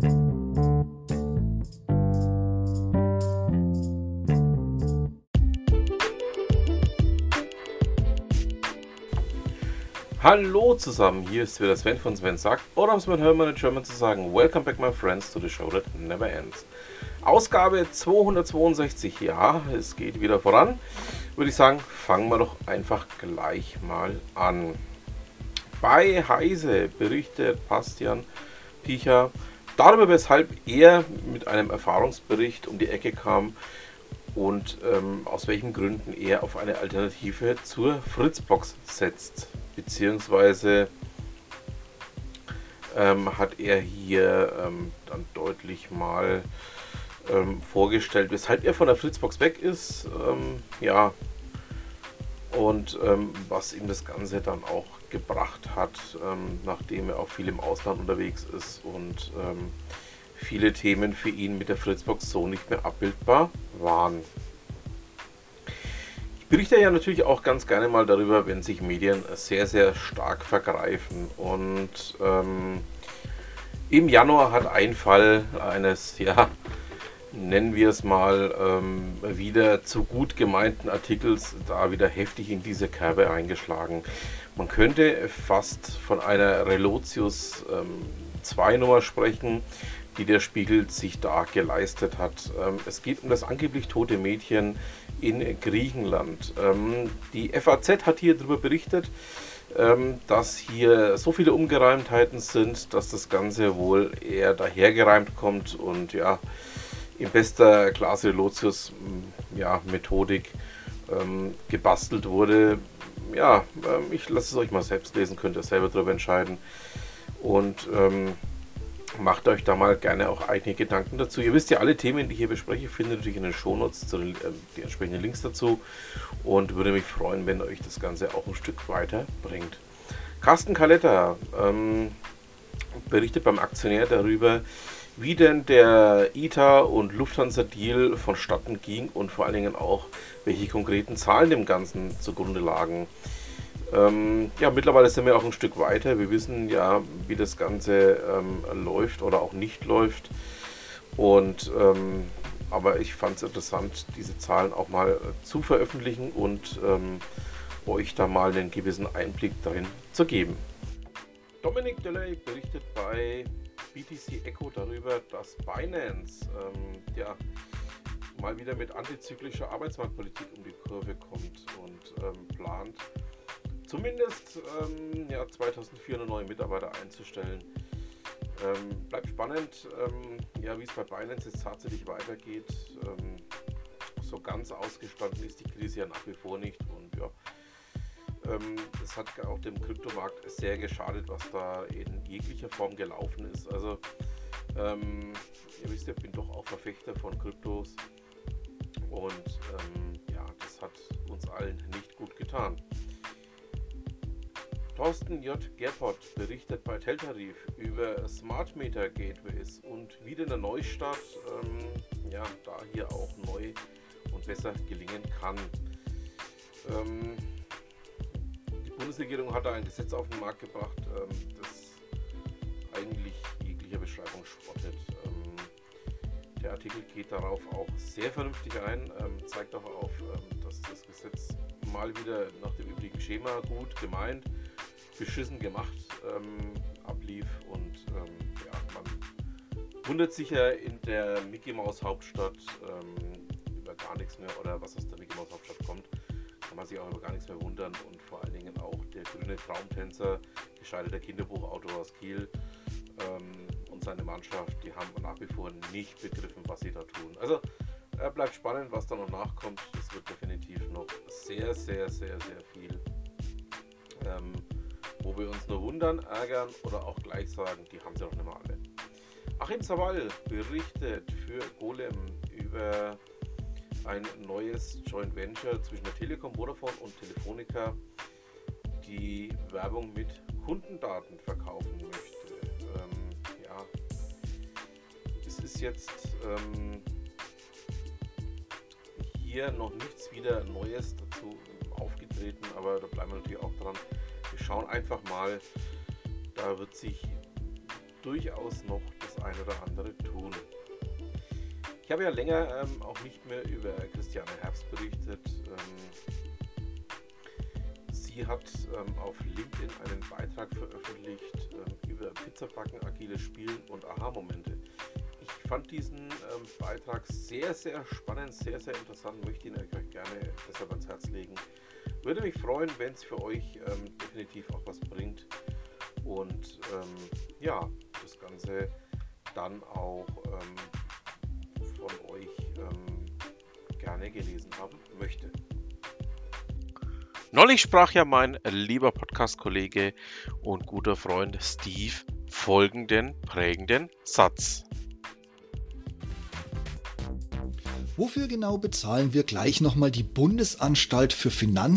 Hallo zusammen, hier ist wieder Sven von Sven sagt, oder um es mit Hermann in German zu sagen, Welcome back my friends to the show that never ends. Ausgabe 262, ja, es geht wieder voran. Würde ich sagen, fangen wir doch einfach gleich mal an. Bei Heise berichtet Bastian Picher darüber, weshalb er mit einem Erfahrungsbericht um die Ecke kam und aus welchen Gründen er auf eine Alternative zur Fritzbox setzt. Beziehungsweise hat er hier dann deutlich mal vorgestellt, weshalb er von der Fritzbox weg ist, ja, und was ihm das Ganze dann auch gebracht hat, nachdem er auch viel im Ausland unterwegs ist und viele Themen für ihn mit der Fritzbox so nicht mehr abbildbar waren. Ich berichte ja natürlich auch ganz gerne mal darüber, wenn sich Medien sehr, sehr stark vergreifen. Und im Januar hat ein Fall eines, ja, nennen wir es mal, wieder zu gut gemeinten Artikels da wieder heftig in diese Kerbe eingeschlagen. Man könnte fast von einer Relotius 2 Nummer sprechen, die der Spiegel sich da geleistet hat. Es geht um das angeblich tote Mädchen in Griechenland. Die FAZ hat hier darüber berichtet, dass hier so viele Ungereimtheiten sind, dass das Ganze wohl eher dahergereimt kommt und ja, in bester Klasse Relotius Methodik gebastelt wurde. Ja, ich lasse es euch mal selbst lesen, könnt ihr selber darüber entscheiden. Und macht euch da mal gerne auch eigene Gedanken dazu. Ihr wisst ja, alle Themen, die ich hier bespreche, findet ihr natürlich in den Shownotes, die entsprechenden Links dazu. Und würde mich freuen, wenn euch das Ganze auch ein Stück weiter bringt. Carsten Kaletta berichtet beim Aktionär darüber, wie denn der ITA und Lufthansa-Deal vonstatten ging und vor allen Dingen auch, welche konkreten Zahlen dem Ganzen zugrunde lagen. Ja, mittlerweile sind wir auch ein Stück weiter. Wir wissen ja, wie das Ganze läuft oder auch nicht läuft. Und aber ich fand es interessant, diese Zahlen auch mal zu veröffentlichen und euch da mal einen gewissen Einblick darin zu geben. Dominic Delay berichtet bei BTC Echo darüber, dass Binance mal wieder mit antizyklischer Arbeitsmarktpolitik um die Kurve kommt und plant, zumindest 2400 neue Mitarbeiter einzustellen. Bleibt spannend, wie es bei Binance jetzt tatsächlich weitergeht. So ganz ausgestanden ist die Krise ja nach wie vor nicht und ja, es hat auch dem Kryptomarkt sehr geschadet, was da in jeglicher Form gelaufen ist. Also ihr wisst, ich bin doch auch Verfechter von Kryptos und das hat uns allen nicht gut getan. Thorsten J. Gerpott berichtet bei Teltarif über Smart Meter Gateways und wie denn der Neustart da hier auch neu und besser gelingen kann. Die Bundesregierung hat da ein Gesetz auf den Markt gebracht, das eigentlich jeglicher Beschreibung spottet. Der Artikel geht darauf auch sehr vernünftig ein, zeigt auch auf, dass das Gesetz mal wieder nach dem üblichen Schema gut gemeint, beschissen gemacht ablief und man wundert sich ja in der Mickey Maus Hauptstadt über gar nichts mehr, oder was aus der Mickey Maus Hauptstadt kommt, kann man sich auch über gar nichts mehr wundern, und vor allen Dingen auch der grüne Traumtänzer, gescheiterter Kinderbuchautor aus Kiel und seine Mannschaft, die haben nach wie vor nicht begriffen, was sie da tun. Also bleibt spannend, was da noch nachkommt. Es wird definitiv noch sehr, sehr, sehr, sehr viel, wo wir uns nur wundern, ärgern oder auch gleich sagen, die haben sie doch nicht mehr alle. Achim Zawal berichtet für Golem über ein neues Joint Venture zwischen der Telekom, Vodafone und Telefonica, die Werbung mit Kundendaten verkaufen möchte. Es ist jetzt hier noch nichts wieder Neues dazu aufgetreten, aber da bleiben wir natürlich auch dran. Wir schauen einfach mal, da wird sich durchaus noch das das ein oder andere tun. Ich habe ja länger auch nicht mehr über Christiane Herbst berichtet. Sie hat auf LinkedIn einen Beitrag veröffentlicht über Pizzabacken, agiles Spielen und Aha-Momente. Ich fand diesen Beitrag sehr, sehr spannend, sehr, sehr interessant, möchte ihn euch gerne deshalb ans Herz legen. Würde mich freuen, wenn es für euch definitiv auch was bringt und ja, das Ganze dann auch von euch gerne gelesen haben möchte. Neulich sprach ja mein lieber Podcast-Kollege und guter Freund Steve folgenden prägenden Satz. Wofür genau bezahlen wir gleich nochmal die Bundesanstalt für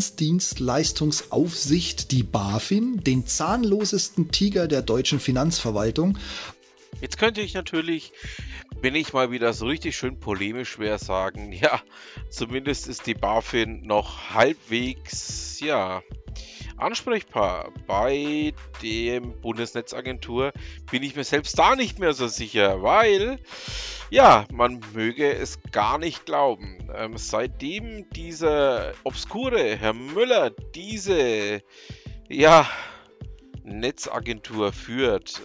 Finanzdienstleistungsaufsicht, die BaFin, den zahnlosesten Tiger der deutschen Finanzverwaltung? Jetzt könnte ich natürlich, wenn ich mal wieder so richtig schön polemisch wäre, sagen, ja, zumindest ist die BaFin noch halbwegs, ja, ansprechbar. Bei dem Bundesnetzagentur bin ich mir selbst da nicht mehr so sicher, weil, ja, man möge es gar nicht glauben. Seitdem dieser obskure Herr Müller diese, ja, Netzagentur führt,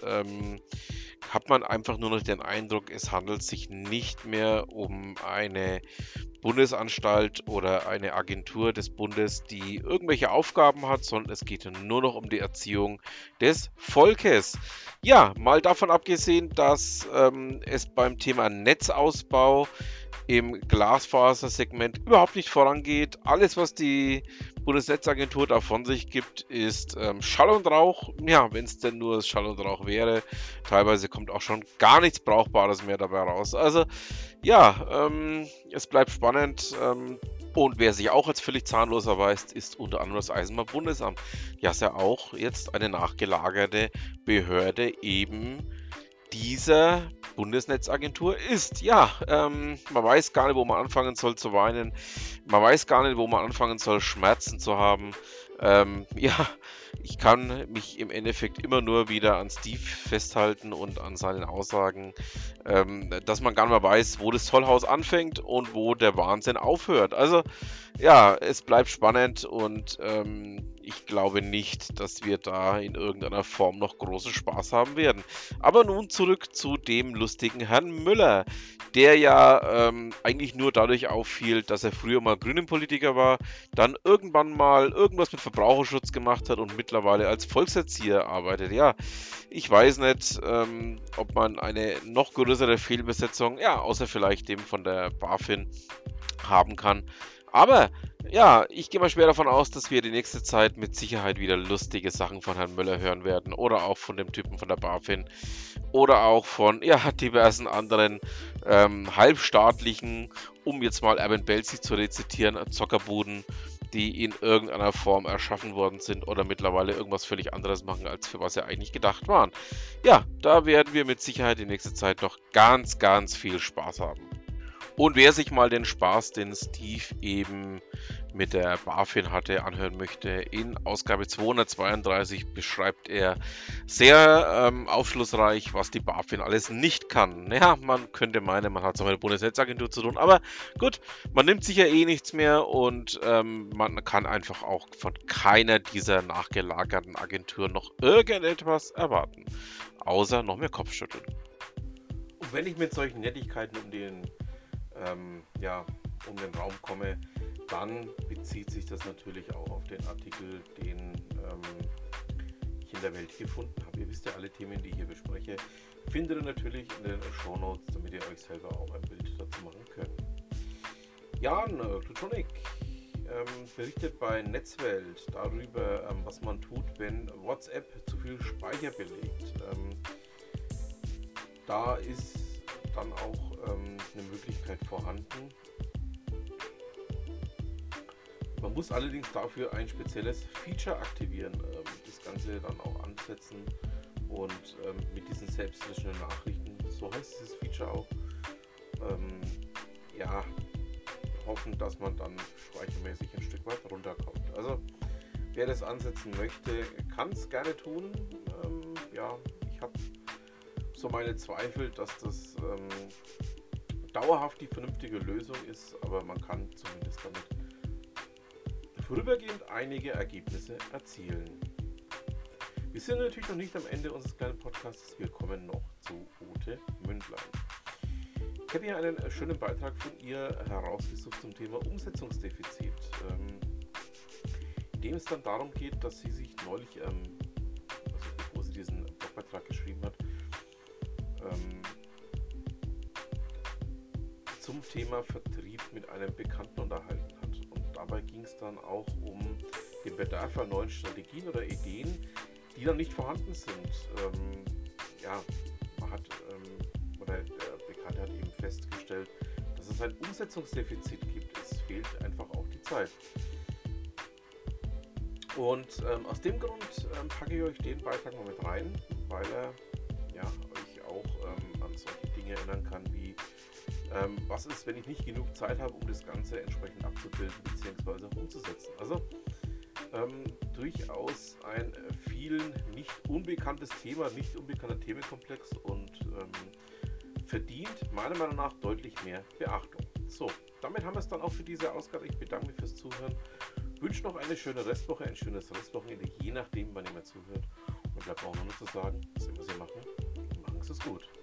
hat man einfach nur noch den Eindruck, es handelt sich nicht mehr um eine Bundesanstalt oder eine Agentur des Bundes, die irgendwelche Aufgaben hat, sondern es geht nur noch um die Erziehung des Volkes. Ja, mal davon abgesehen, dass es beim Thema Netzausbau im Glasfasersegment überhaupt nicht vorangeht. Alles, was die Bundesnetzagentur da von sich gibt, ist Schall und Rauch. Ja, wenn es denn nur Schall und Rauch wäre. Teilweise kommt auch schon gar nichts Brauchbares mehr dabei raus. Also ja, es bleibt spannend. Und wer sich auch als völlig zahnlos erweist, ist unter anderem das Eisenbahnbundesamt. Ja, ist ja auch jetzt eine nachgelagerte Behörde eben dieser Bundesnetzagentur ist. Ja, man weiß gar nicht, wo man anfangen soll zu weinen. Man weiß gar nicht, wo man anfangen soll, Schmerzen zu haben. Ja, ich kann mich im Endeffekt immer nur wieder an Steve festhalten und an seinen Aussagen, dass man gar nicht mehr weiß, wo das Tollhaus anfängt und wo der Wahnsinn aufhört. Also ja, es bleibt spannend und ich glaube nicht, dass wir da in irgendeiner Form noch großen Spaß haben werden. Aber nun zurück zu dem lustigen Herrn Müller, der ja eigentlich nur dadurch auffiel, dass er früher mal Grünenpolitiker war, dann irgendwann mal irgendwas mit Verbraucherschutz gemacht hat und mittlerweile als Volkserzieher arbeitet. Ja, ich weiß nicht, ob man eine noch größere Fehlbesetzung, ja, außer vielleicht dem von der BaFin haben kann. Aber ja, ich gehe mal schwer davon aus, dass wir die nächste Zeit mit Sicherheit wieder lustige Sachen von Herrn Müller hören werden oder auch von dem Typen von der BaFin oder auch von ja, diversen anderen halbstaatlichen, um jetzt mal Erwin Belzi zu rezitieren, Zockerbuden, die in irgendeiner Form erschaffen worden sind oder mittlerweile irgendwas völlig anderes machen, als für was sie eigentlich gedacht waren. Ja, da werden wir mit Sicherheit die nächste Zeit noch ganz, ganz viel Spaß haben. Und wer sich mal den Spaß, den Steve eben mit der BaFin hatte, anhören möchte, in Ausgabe 232 beschreibt er sehr aufschlussreich, was die BaFin alles nicht kann. Ja, man könnte meinen, man hat es mit der Bundesnetzagentur zu tun, aber gut, man nimmt sich ja eh nichts mehr und man kann einfach auch von keiner dieser nachgelagerten Agenturen noch irgendetwas erwarten, außer noch mehr Kopfschütteln. Und wenn ich mit solchen Nettigkeiten um den Raum komme, dann bezieht sich das natürlich auch auf den Artikel, den ich in der Welt gefunden habe. Ihr wisst ja, alle Themen, die ich hier bespreche, findet ihr natürlich in den Shownotes, damit ihr euch selber auch ein Bild dazu machen könnt. Jan Kluczonik berichtet bei Netzwelt darüber, was man tut, wenn WhatsApp zu viel Speicher belegt. Da ist dann auch eine Möglichkeit vorhanden. Man muss allerdings dafür ein spezielles Feature aktivieren, das Ganze dann auch ansetzen und mit diesen selbstlöschenden Nachrichten, so heißt dieses Feature auch, hoffen, dass man dann speichermäßig ein Stück weit runterkommt. Also wer das ansetzen möchte, kann es gerne tun. Ich habe so meine Zweifel, dass das dauerhaft die vernünftige Lösung ist, aber man kann zumindest damit vorübergehend einige Ergebnisse erzielen. Wir sind natürlich noch nicht am Ende unseres kleinen Podcasts, wir kommen noch zu Ute Mündlein. Ich habe hier einen schönen Beitrag von ihr herausgesucht zum Thema Umsetzungsdefizit, in dem es dann darum geht, dass sie sich neulich, also bevor sie diesen Blogbeitrag geschrieben hat, zum Thema Vertrieb mit einem Bekannten unterhalten hat. Und dabei ging es dann auch um den Bedarf an neuen Strategien oder Ideen, die dann nicht vorhanden sind. Der Bekannte hat eben festgestellt, dass es ein Umsetzungsdefizit gibt. Es fehlt einfach auch die Zeit. Und aus dem Grund packe ich euch den Beitrag mal mit rein, weil er euch auch an solche Dinge erinnern kann, wie was ist, wenn ich nicht genug Zeit habe, um das Ganze entsprechend abzubilden bzw. auch umzusetzen. Also durchaus ein vielen nicht unbekanntes Thema, nicht unbekannter Themenkomplex und verdient meiner Meinung nach deutlich mehr Beachtung. So, damit haben wir es dann auch für diese Ausgabe. Ich bedanke mich fürs Zuhören, wünsche noch eine schöne Restwoche, ein schönes Restwochenende, je nachdem, wann ihr mir zuhört. Und bleibt auch noch nur zu sagen, was immer Sie machen, machen Sie es gut.